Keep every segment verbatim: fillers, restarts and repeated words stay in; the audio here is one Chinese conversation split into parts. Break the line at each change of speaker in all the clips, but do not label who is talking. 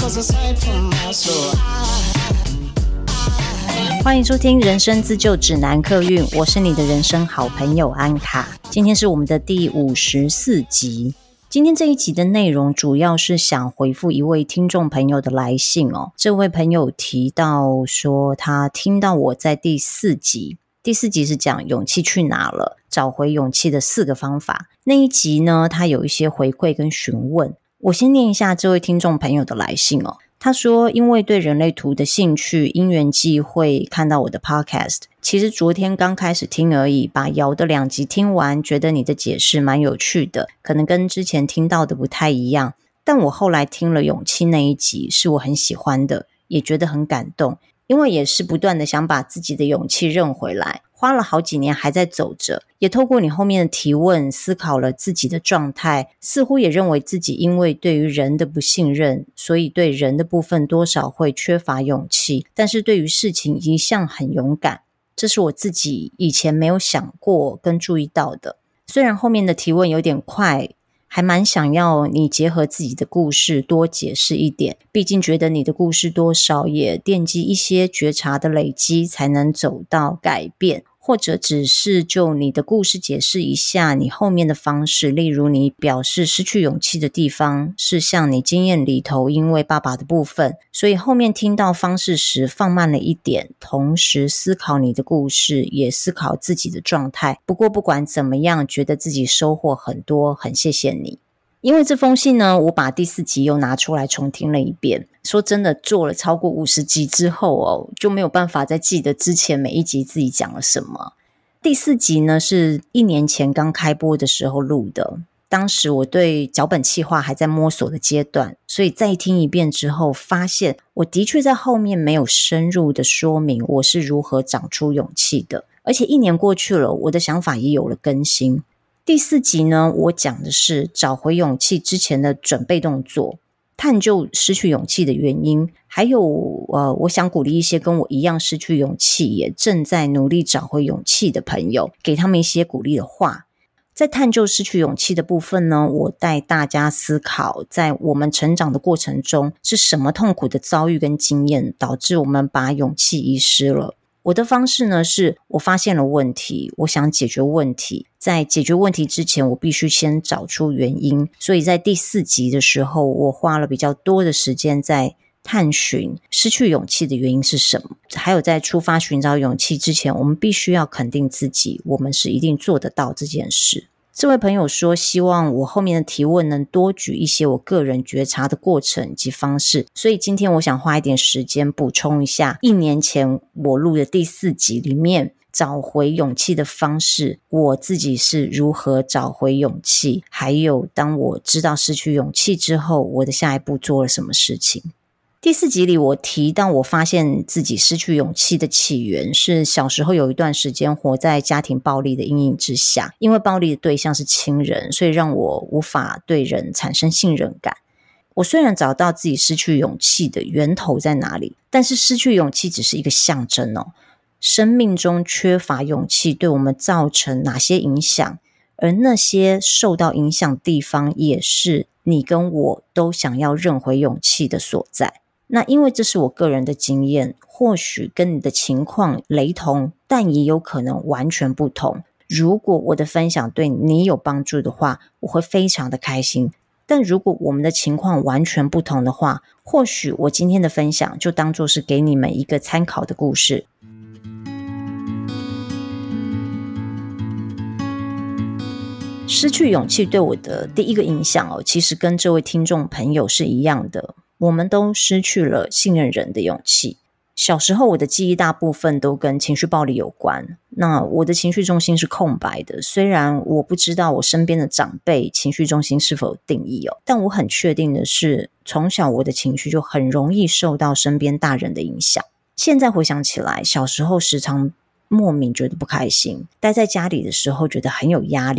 欢迎收听人生自救指南客运，我是你的人生好朋友安卡。今天是我们的第五十四集。今天这一集的内容主要是想回复一位听众朋友的来信哦。这位朋友提到说，他听到我在第四集，第四集是讲勇气去哪了，找回勇气的四个方法。那一集呢，他有一些回馈跟询问。我先念一下这位听众朋友的来信哦。他说，因为对人类图的兴趣，因缘际会看到我的 podcast， 其实昨天刚开始听而已，把瑶的两集听完，觉得你的解释蛮有趣的，可能跟之前听到的不太一样，但我后来听了勇气那一集，是我很喜欢的，也觉得很感动，因为也是不断的想把自己的勇气认回来，花了好几年还在走着，也透过你后面的提问思考了自己的状态，似乎也认为自己因为对于人的不信任，所以对人的部分多少会缺乏勇气，但是对于事情一向很勇敢，这是我自己以前没有想过跟注意到的。虽然后面的提问有点快，还蛮想要你结合自己的故事多解释一点，毕竟觉得你的故事多少也奠基一些觉察的累积，才能走到改变，或者只是就你的故事解释一下你后面的方式，例如你表示失去勇气的地方是像你经验里头因为爸爸的部分，所以后面听到方式时放慢了一点，同时思考你的故事，也思考自己的状态。不过不管怎么样，觉得自己收获很多，很谢谢你。因为这封信呢，我把第四集又拿出来重听了一遍，说真的做了超过五十集之后哦，就没有办法再记得之前每一集自己讲了什么。第四集呢是一年前刚开播的时候录的，当时我对脚本企划还在摸索的阶段，所以再听一遍之后发现我的确在后面没有深入的说明我是如何长出勇气的，而且一年过去了，我的想法也有了更新。第四集呢，我讲的是找回勇气之前的准备动作，探究失去勇气的原因，还有呃，我想鼓励一些跟我一样失去勇气也正在努力找回勇气的朋友，给他们一些鼓励的话。在探究失去勇气的部分呢，我带大家思考在我们成长的过程中是什么痛苦的遭遇跟经验导致我们把勇气遗失了。我的方式呢，是我发现了问题，我想解决问题，在解决问题之前我必须先找出原因，所以在第四集的时候我花了比较多的时间在探寻失去勇气的原因是什么，还有在出发寻找勇气之前，我们必须要肯定自己，我们是一定做得到这件事。这位朋友说希望我后面的提问能多举一些我个人觉察的过程及方式，所以今天我想花一点时间补充一下一年前我录的第四集里面找回勇气的方式，我自己是如何找回勇气，还有当我知道失去勇气之后，我的下一步做了什么事情。第四集里我提到我发现自己失去勇气的起源是小时候有一段时间活在家庭暴力的阴影之下，因为暴力的对象是亲人，所以让我无法对人产生信任感。我虽然找到自己失去勇气的源头在哪里，但是失去勇气只是一个象征哦。生命中缺乏勇气对我们造成哪些影响，而那些受到影响的地方也是你跟我都想要认回勇气的所在。那因为这是我个人的经验，或许跟你的情况雷同，但也有可能完全不同。如果我的分享对你有帮助的话，我会非常的开心。但如果我们的情况完全不同的话，或许我今天的分享就当作是给你们一个参考的故事。失去勇气对我的第一个影响哦，其实跟这位听众朋友是一样的。我们都失去了信任人的勇气。小时候我的记忆大部分都跟情绪暴力有关，那我的情绪中心是空白的，虽然我不知道我身边的长辈情绪中心是否有定义哦，但我很确定的是，从小我的情绪就很容易受到身边大人的影响。现在回想起来，小时候时常莫名觉得不开心，待在家里的时候觉得很有压力，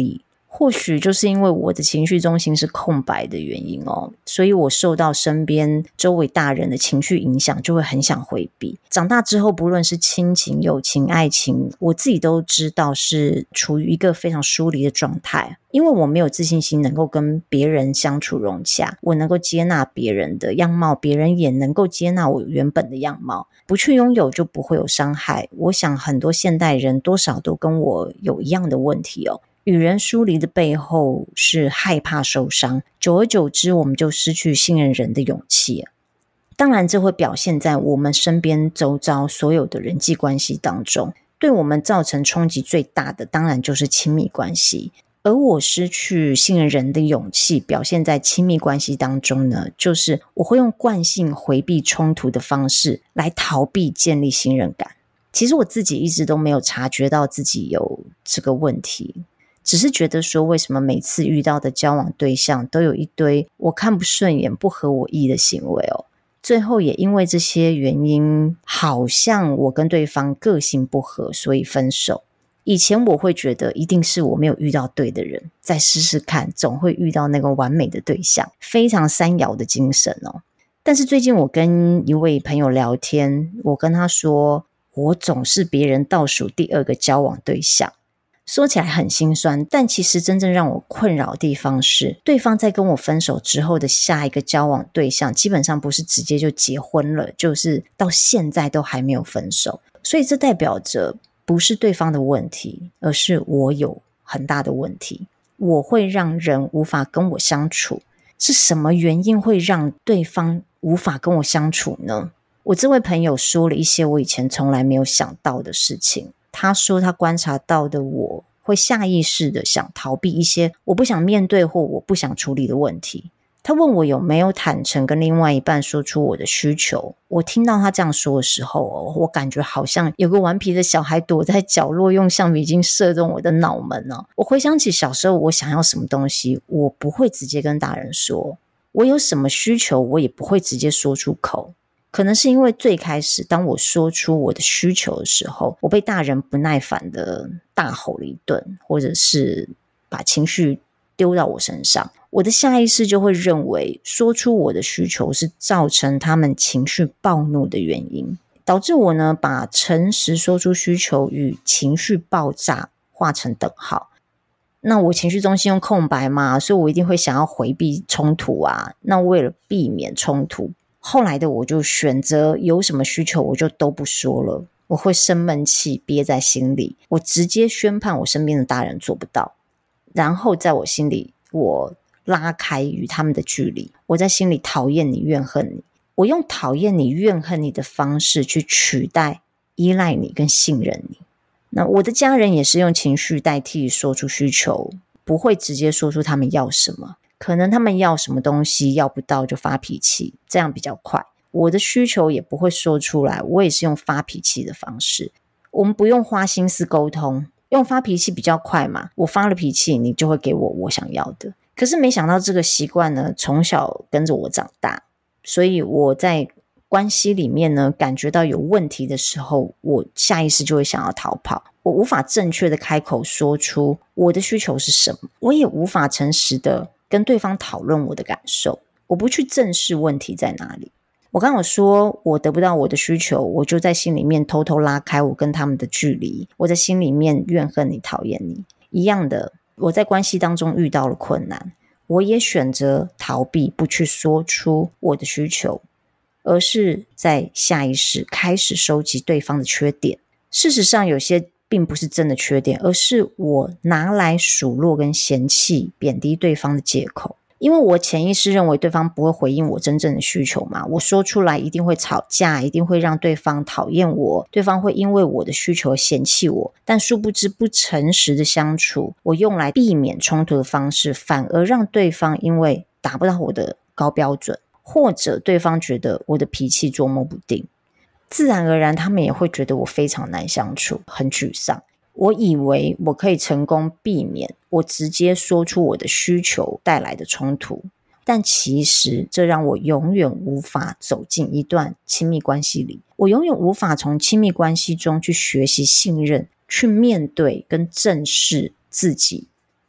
或许就是因为我的情绪中心是空白的原因哦，所以我受到身边周围大人的情绪影响，就会很想回避。长大之后，不论是亲情、友情、爱情，我自己都知道是处于一个非常疏离的状态，因为我没有自信心能够跟别人相处融洽，我能够接纳别人的样貌，别人也能够接纳我原本的样貌，不去拥有就不会有伤害。我想很多现代人多少都跟我有一样的问题哦。与人疏离的背后是害怕受伤，久而久之我们就失去信任人的勇气。当然这会表现在我们身边周遭所有的人际关系当中，对我们造成冲击最大的当然就是亲密关系。而我失去信任人的勇气表现在亲密关系当中呢，就是我会用惯性回避冲突的方式来逃避建立信任感。其实我自己一直都没有察觉到自己有这个问题，只是觉得说为什么每次遇到的交往对象都有一堆我看不顺眼不合我意的行为哦。最后也因为这些原因，好像我跟对方个性不合，所以分手。以前我会觉得一定是我没有遇到对的人，再试试看，总会遇到那个完美的对象，非常三爻的精神哦。但是最近我跟一位朋友聊天，我跟他说我总是别人倒数第二个交往对象，说起来很心酸，但其实真正让我困扰的地方是，对方在跟我分手之后的下一个交往对象基本上不是直接就结婚了，就是到现在都还没有分手。所以这代表着不是对方的问题，而是我有很大的问题。我会让人无法跟我相处，是什么原因会让对方无法跟我相处呢？我这位朋友说了一些我以前从来没有想到的事情。他说他观察到的我会下意识的想逃避一些我不想面对或我不想处理的问题。他问我有没有坦诚跟另外一半说出我的需求。我听到他这样说的时候、哦、我感觉好像有个顽皮的小孩躲在角落，用橡皮筋射中我的脑门、哦、我回想起小时候我想要什么东西，我不会直接跟大人说，我有什么需求我也不会直接说出口。可能是因为最开始当我说出我的需求的时候，我被大人不耐烦的大吼了一顿，或者是把情绪丢到我身上，我的下意识就会认为说出我的需求是造成他们情绪暴怒的原因，导致我呢把诚实说出需求与情绪爆炸画成等号。那我情绪中心用空白嘛，所以我一定会想要回避冲突啊。那为了避免冲突，后来的我就选择有什么需求我就都不说了，我会生闷气憋在心里，我直接宣判我身边的大人做不到，然后在我心里我拉开与他们的距离，我在心里讨厌你怨恨你，我用讨厌你怨恨你的方式去取代依赖你跟信任你。那我的家人也是用情绪代替说出需求，不会直接说出他们要什么，可能他们要什么东西要不到就发脾气，这样比较快。我的需求也不会说出来，我也是用发脾气的方式。我们不用花心思沟通，用发脾气比较快嘛，我发了脾气你就会给我我想要的。可是没想到这个习惯呢从小跟着我长大，所以我在关系里面呢感觉到有问题的时候，我下意识就会想要逃跑。我无法正确的开口说出我的需求是什么，我也无法诚实的跟对方讨论我的感受，我不去正视问题在哪里。我刚有说我得不到我的需求，我就在心里面偷偷拉开我跟他们的距离，我在心里面怨恨你讨厌你。一样的，我在关系当中遇到了困难，我也选择逃避，不去说出我的需求，而是在下意识开始收集对方的缺点。事实上有些并不是真的缺点，而是我拿来数落跟嫌弃贬低对方的借口。因为我潜意识认为对方不会回应我真正的需求嘛，我说出来一定会吵架，一定会让对方讨厌我，对方会因为我的需求嫌弃我。但殊不知不诚实的相处，我用来避免冲突的方式，反而让对方因为达不到我的高标准，或者对方觉得我的脾气捉摸不定，自然而然他们也会觉得我非常难相处，很沮丧。我以为我可以成功避免我直接说出我的需求带来的冲突，但其实这让我永远无法走进一段亲密关系里，我永远无法从亲密关系中去学习信任，去面对跟正视自己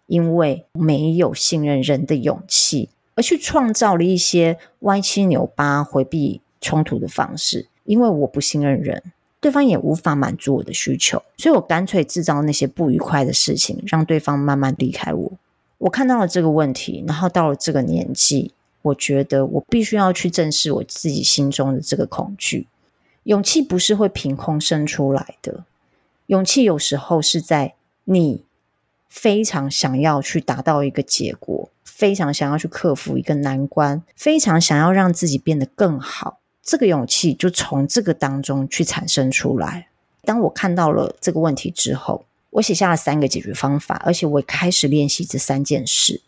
因为没有信任人的勇气，而去创造了一些歪七扭八回避冲突的方式。因为我不信任人，对方也无法满足我的需求，所以我干脆制造那些不愉快的事情，让对方慢慢离开我。我看到了这个问题，然后到了这个年纪，我觉得我必须要去正视我自己心中的这个恐惧。勇气不是会凭空生出来的，勇气有时候是在你非常想要去达到一个结果，非常想要去克服一个难关，非常想要让自己变得更好，这个勇气就从这个当中去产生出来。当我看到了这个问题之后，我写下了三个解决方法，而且我也开始练习这三件事。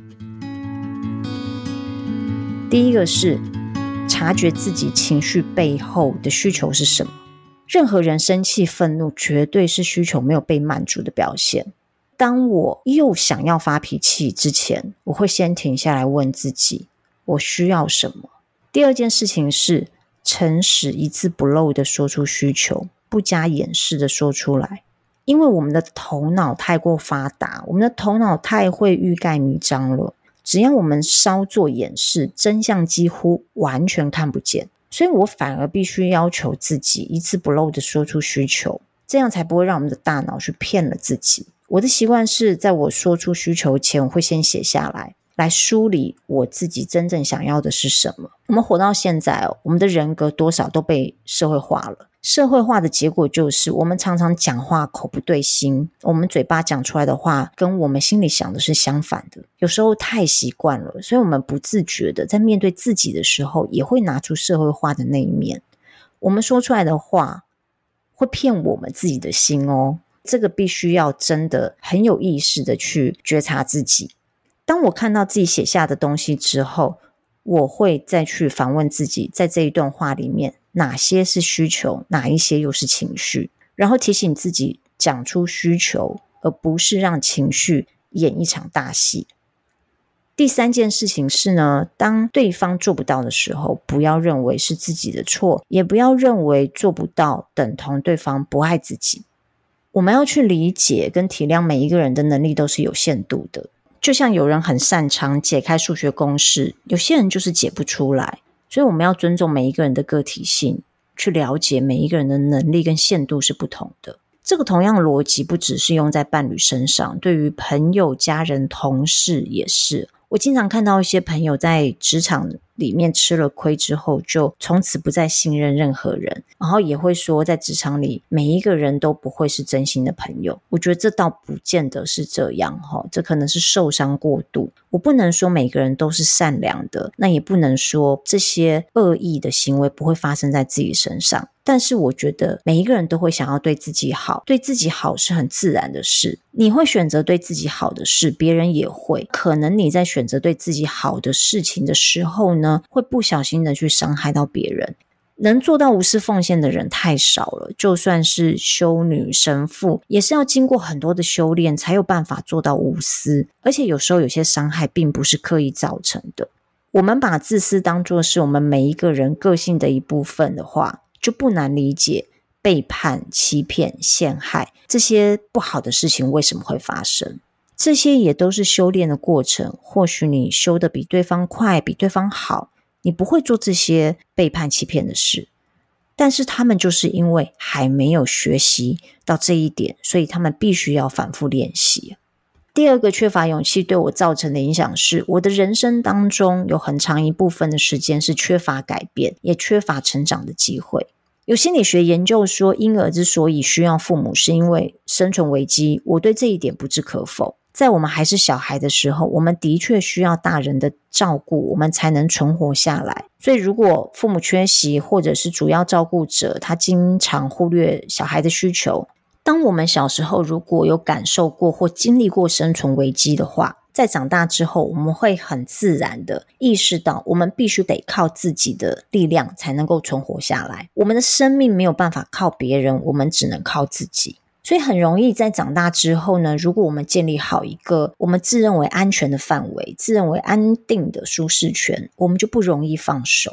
第一个是察觉自己情绪背后的需求是什么。任何人生气愤怒绝对是需求没有被满足的表现。当我又想要发脾气之前，我会先停下来问自己，我需要什么。第二件事情是诚实一字不漏的说出需求，不加掩饰的说出来。因为我们的头脑太过发达，我们的头脑太会欲盖弥彰了，只要我们稍作掩饰，真相几乎完全看不见。所以我反而必须要求自己一字不漏的说出需求，这样才不会让我们的大脑去骗了自己。我的习惯是在我说出需求前，我会先写下来，来梳理我自己真正想要的是什么。我们活到现在哦，我们的人格多少都被社会化了。社会化的结果就是我们常常讲话口不对心，我们嘴巴讲出来的话跟我们心里想的是相反的，有时候太习惯了，所以我们不自觉的在面对自己的时候也会拿出社会化的那一面。我们说出来的话会骗我们自己的心哦，这个必须要真的很有意识的去觉察自己。当我看到自己写下的东西之后，我会再去反问自己，在这一段话里面哪些是需求，哪一些又是情绪，然后提醒自己讲出需求，而不是让情绪演一场大戏。第三件事情是呢，当对方做不到的时候，不要认为是自己的错，也不要认为做不到等同对方不爱自己。我们要去理解跟体谅每一个人的能力都是有限度的，就像有人很擅长解开数学公式，有些人就是解不出来。所以我们要尊重每一个人的个体性，去了解每一个人的能力跟限度是不同的。这个同样的逻辑不只是用在伴侣身上，对于朋友、家人、同事也是。我经常看到一些朋友在职场里面吃了亏之后，就从此不再信任任何人，然后也会说在职场里每一个人都不会是真心的朋友。我觉得这倒不见得是这样，这可能是受伤过度。我不能说每个人都是善良的，那也不能说这些恶意的行为不会发生在自己身上。但是我觉得每一个人都会想要对自己好，对自己好是很自然的事。你会选择对自己好的事，别人也会。可能你在选择对自己好的事情的时候呢，会不小心的去伤害到别人。能做到无私奉献的人太少了，就算是修女神父也是要经过很多的修炼才有办法做到无私，而且有时候有些伤害并不是刻意造成的。我们把自私当作是我们每一个人个性的一部分的话，就不难理解背叛、欺骗、陷害这些不好的事情为什么会发生。这些也都是修炼的过程，或许你修得比对方快，比对方好，你不会做这些背叛欺骗的事，但是他们就是因为还没有学习到这一点，所以他们必须要反复练习。第二个缺乏勇气对我造成的影响是，我的人生当中有很长一部分的时间是缺乏改变，也缺乏成长的机会。有心理学研究说，婴儿之所以需要父母是因为生存危机，我对这一点不置可否。在我们还是小孩的时候，我们的确需要大人的照顾，我们才能存活下来。所以如果父母缺席，或者是主要照顾者他经常忽略小孩的需求，当我们小时候如果有感受过或经历过生存危机的话，在长大之后我们会很自然的意识到，我们必须得靠自己的力量才能够存活下来。我们的生命没有办法靠别人，我们只能靠自己。所以很容易在长大之后呢，如果我们建立好一个我们自认为安全的范围，自认为安定的舒适圈，我们就不容易放手。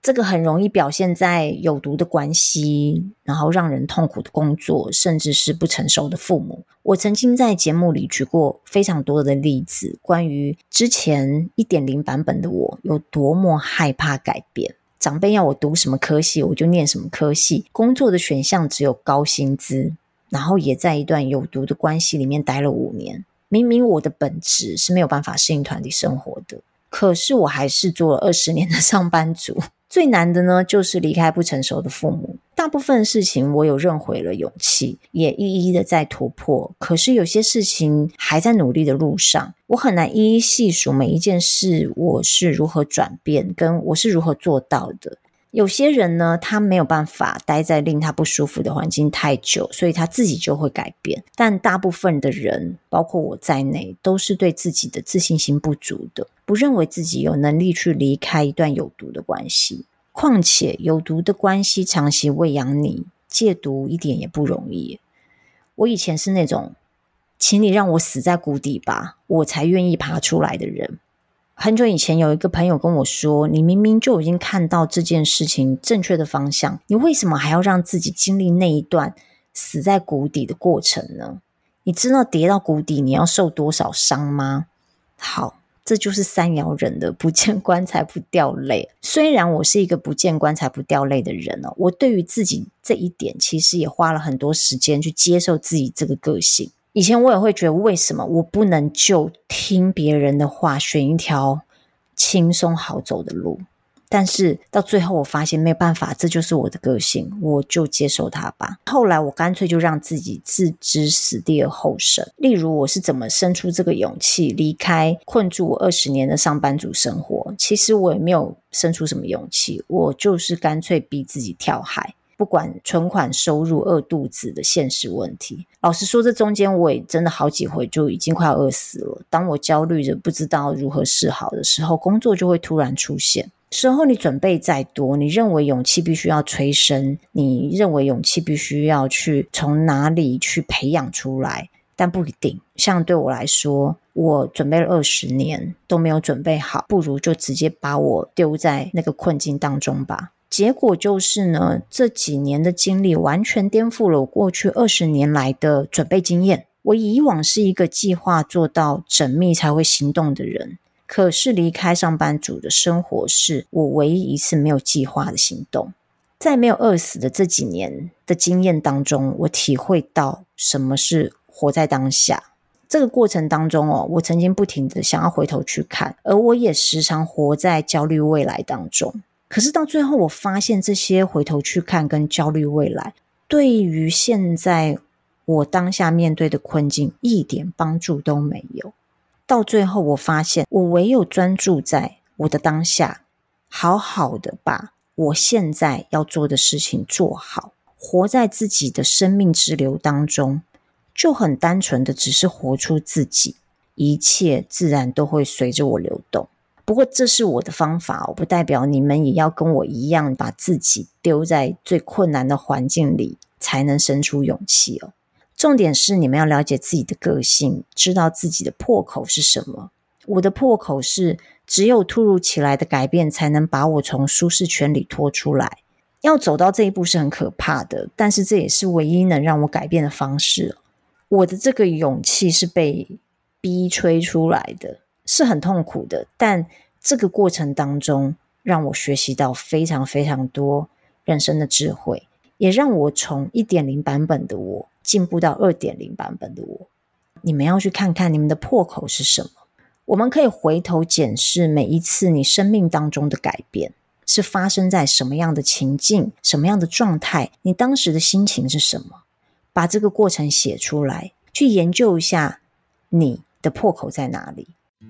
这个很容易表现在有毒的关系，然后让人痛苦的工作，甚至是不成熟的父母。我曾经在节目里举过非常多的例子，关于之前 一点零 版本的我有多么害怕改变。长辈要我读什么科系我就念什么科系，工作的选项只有高薪资，然后也在一段有毒的关系里面待了五年。明明我的本质是没有办法适应团体生活的，可是我还是做了二十年的上班族。最难的呢，就是离开不成熟的父母。大部分事情我有认回了勇气，也一一的在突破，可是有些事情还在努力的路上。我很难一一细数每一件事我是如何转变，跟我是如何做到的。有些人呢，他没有办法待在令他不舒服的环境太久，所以他自己就会改变。但大部分的人，包括我在内，都是对自己的自信心不足的，不认为自己有能力去离开一段有毒的关系。况且有毒的关系长期喂养你，戒毒一点也不容易。我以前是那种请你让我死在谷底吧，我才愿意爬出来的人。很久以前有一个朋友跟我说，你明明就已经看到这件事情正确的方向，你为什么还要让自己经历那一段死在谷底的过程呢？你知道跌到谷底你要受多少伤吗？好，这就是三爻人的不见棺材不掉泪。虽然我是一个不见棺材不掉泪的人哦，我对于自己这一点其实也花了很多时间去接受自己这个个性。以前我也会觉得，为什么我不能就听别人的话，选一条轻松好走的路？但是到最后我发现没有办法，这就是我的个性，我就接受它吧。后来我干脆就让自己置之死地而后生。例如我是怎么生出这个勇气离开困住我二十年的上班族生活，其实我也没有生出什么勇气，我就是干脆逼自己跳海，不管存款收入饿肚子的现实问题。老实说，这中间我也真的好几回就已经快要饿死了。当我焦虑着不知道如何是好的时候，工作就会突然出现。时候你准备再多，你认为勇气必须要催生，你认为勇气必须要去从哪里去培养出来，但不一定。像对我来说，我准备了二十年都没有准备好，不如就直接把我丢在那个困境当中吧。结果就是呢，这几年的经历完全颠覆了我过去二十年来的准备经验。我以往是一个计划做到缜密才会行动的人，可是离开上班族的生活是我唯一一次没有计划的行动。在没有饿死的这几年的经验当中，我体会到什么是活在当下。这个过程当中哦，我曾经不停的想要回头去看，而我也时常活在焦虑未来当中。可是到最后我发现，这些回头去看跟焦虑未来，对于现在我当下面对的困境一点帮助都没有。到最后我发现，我唯有专注在我的当下，好好的把我现在要做的事情做好，活在自己的生命之流当中，就很单纯的只是活出自己，一切自然都会随着我流动。不过这是我的方法，我不代表你们也要跟我一样把自己丢在最困难的环境里才能生出勇气哦。重点是你们要了解自己的个性，知道自己的破口是什么。我的破口是只有突如其来的改变才能把我从舒适圈里拖出来。要走到这一步是很可怕的，但是这也是唯一能让我改变的方式。我的这个勇气是被逼催出来的，是很痛苦的，但这个过程当中让我学习到非常非常多人生的智慧，也让我从 一点零 版本的我进步到 二点零 版本的我。你们要去看看你们的破口是什么。我们可以回头检视每一次你生命当中的改变是发生在什么样的情境，什么样的状态，你当时的心情是什么，把这个过程写出来，去研究一下你的破口在哪里。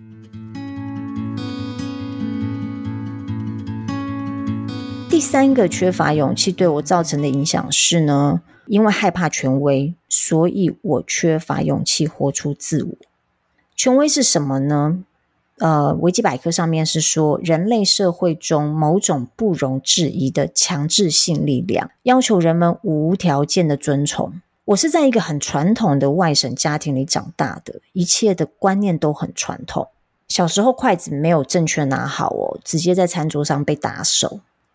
第三个缺乏勇气对我造成的影响是呢，因为害怕权威，所以我缺乏勇气活出自我。权威是什么呢？呃，维基百科上面是说，人类社会中某种不容置疑的强制性力量，要求人们无条件的遵从。我是在一个很传统的外省家庭里长大的，一切的观念都很传统。小时候筷子没有正确拿好哦，直接在餐桌上被打手。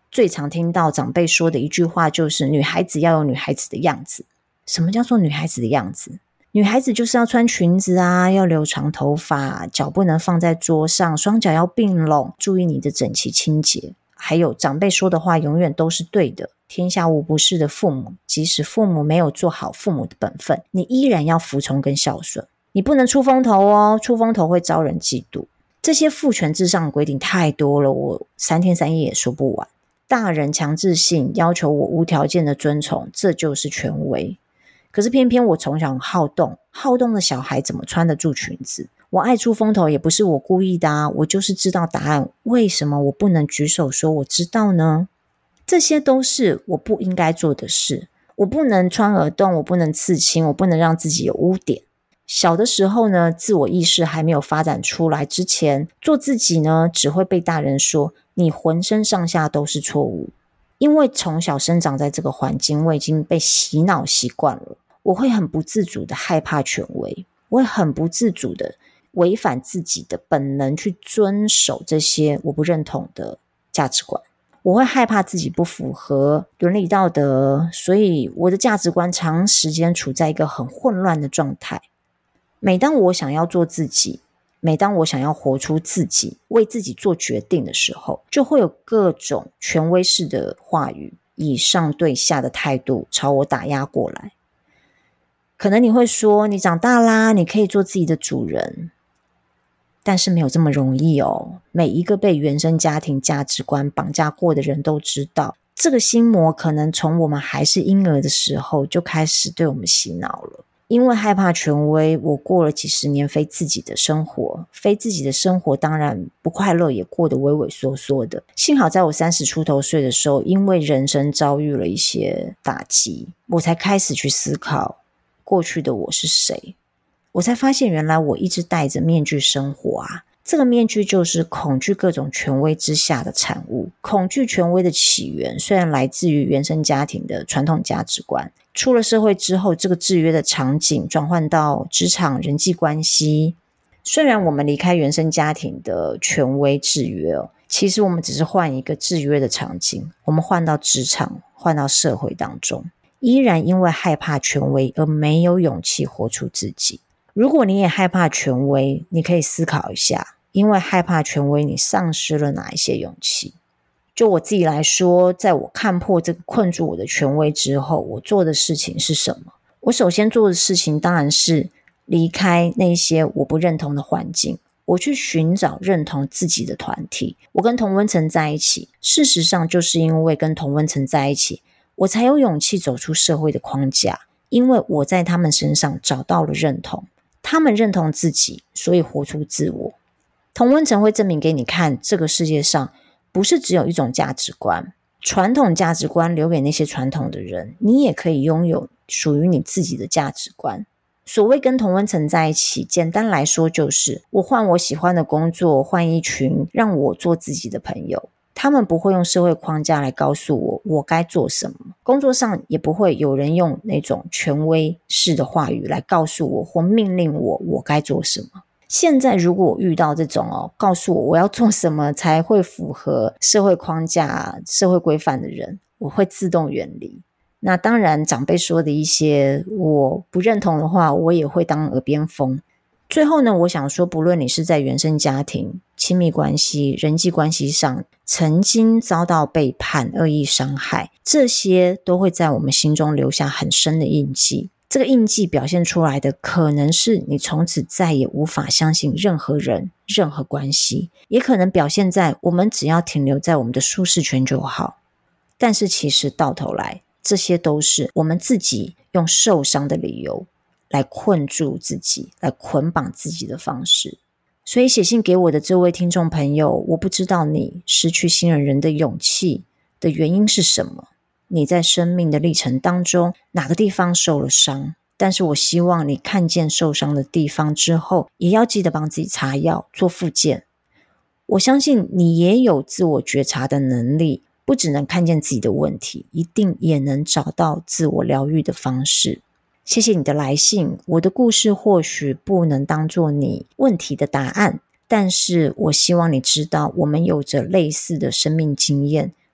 最常听到长辈说的一句话就是女孩子要有女孩子的样子。什么叫做女孩子的样子？女孩子就是要穿裙子啊，要留长头发，脚不能放在桌上，双脚要并拢，注意你的整齐清洁。还有长辈说的话永远都是对的，天下无不是的父母，即使父母没有做好父母的本分，你依然要服从跟孝顺。你不能出风头哦，出风头会招人嫉妒。这些父权至上的规定太多了，我三天三夜也说不完。大人强制性要求我无条件的遵从，这就是权威。可是偏偏我从小好动，好动的小孩怎么穿得住裙子？我爱出风头也不是我故意的啊，我就是知道答案，为什么我不能举手说我知道呢？这些都是我不应该做的事，我不能穿耳洞，我不能刺青，我不能让自己有污点。小的时候呢，自我意识还没有发展出来之前，做自己呢，只会被大人说你浑身上下都是错误。因为从小生长在这个环境，我已经被洗脑习惯了，我会很不自主的害怕权威，我会很不自主的违反自己的本能去遵守这些我不认同的价值观。我会害怕自己不符合伦理道德，所以我的价值观长时间处在一个很混乱的状态。每当我想要做自己，每当我想要活出自己，为自己做决定的时候，就会有各种权威式的话语，以上对下的态度朝我打压过来。可能你会说，你长大啦，你可以做自己的主人。但是没有这么容易哦。每一个被原生家庭价值观绑架过的人都知道，这个心魔可能从我们还是婴儿的时候就开始对我们洗脑了。因为害怕权威，我过了几十年非自己的生活，非自己的生活当然不快乐，也过得畏畏缩缩的。幸好在我三十出头岁的时候，因为人生遭遇了一些打击，我才开始去思考过去的我是谁。我才发现原来我一直戴着面具生活啊，这个面具就是恐惧各种权威之下的产物。恐惧权威的起源虽然来自于原生家庭的传统价值观，出了社会之后，这个制约的场景转换到职场人际关系。虽然我们离开原生家庭的权威制约哦，其实我们只是换一个制约的场景，我们换到职场，换到社会当中，依然因为害怕权威而没有勇气活出自己。如果你也害怕权威，你可以思考一下，因为害怕权威，你丧失了哪一些勇气？就我自己来说，在我看破这个困住我的权威之后，我做的事情是什么？我首先做的事情当然是离开那些我不认同的环境，我去寻找认同自己的团体。我跟同温层在一起，事实上就是因为跟同温层在一起，我才有勇气走出社会的框架，因为我在他们身上找到了认同。他们认同自己，所以活出自我。同温层会证明给你看，这个世界上不是只有一种价值观，传统价值观留给那些传统的人，你也可以拥有属于你自己的价值观。所谓跟同温层在一起，简单来说就是我换我喜欢的工作，换一群让我做自己的朋友。他们不会用社会框架来告诉我我该做什么，工作上也不会有人用那种权威式的话语来告诉我或命令我我该做什么。现在如果我遇到这种哦，告诉我我要做什么才会符合社会框架社会规范的人，我会自动远离。那当然长辈说的一些我不认同的话，我也会当耳边风。最后呢，我想说，不论你是在原生家庭、亲密关系、人际关系上曾经遭到背叛、恶意伤害，这些都会在我们心中留下很深的印记。这个印记表现出来的可能是你从此再也无法相信任何人、任何关系，也可能表现在我们只要停留在我们的舒适圈就好。但是其实到头来，这些都是我们自己用受伤的理由来困住自己，来捆绑自己的方式。所以写信给我的这位听众朋友，我不知道你失去信任人的勇气的原因是什么，你在生命的历程当中哪个地方受了伤，但是我希望你看见受伤的地方之后，也要记得帮自己擦药，做复健。我相信你也有自我觉察的能力，不只能看见自己的问题，一定也能找到自我疗愈的方式。谢谢你的来信，我的故事或许不能当作你问题的答案，但是我希望你知道，我们有着类似的生命经验，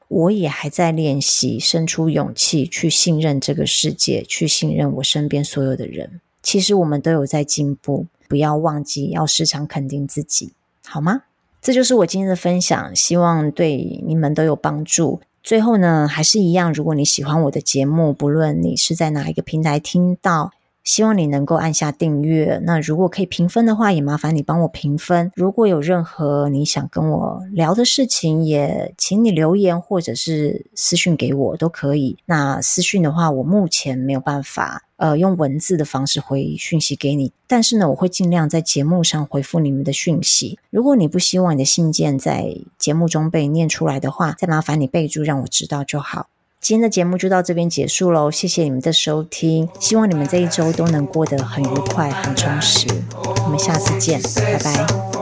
我也还在练习生出勇气去信任这个世界，去信任我身边所有的人。其实我们都有在进步，不要忘记要时常肯定自己，好吗？这就是我今天的分享，希望对你们都有帮助。最后呢，还是一样，如果你喜欢我的节目，不论你是在哪一个平台听到，希望你能够按下订阅。那如果可以评分的话，也麻烦你帮我评分。如果有任何你想跟我聊的事情，也请你留言或者是私讯给我都可以。那私讯的话，我目前没有办法呃用文字的方式回讯息给你，但是呢，我会尽量在节目上回复你们的讯息。如果你不希望你的信件在节目中被念出来的话，再麻烦你备注让我知道就好。今天的节目就到这边结束咯，谢谢你们的收听，希望你们这一周都能过得很愉快很充实，我们下次见，拜拜。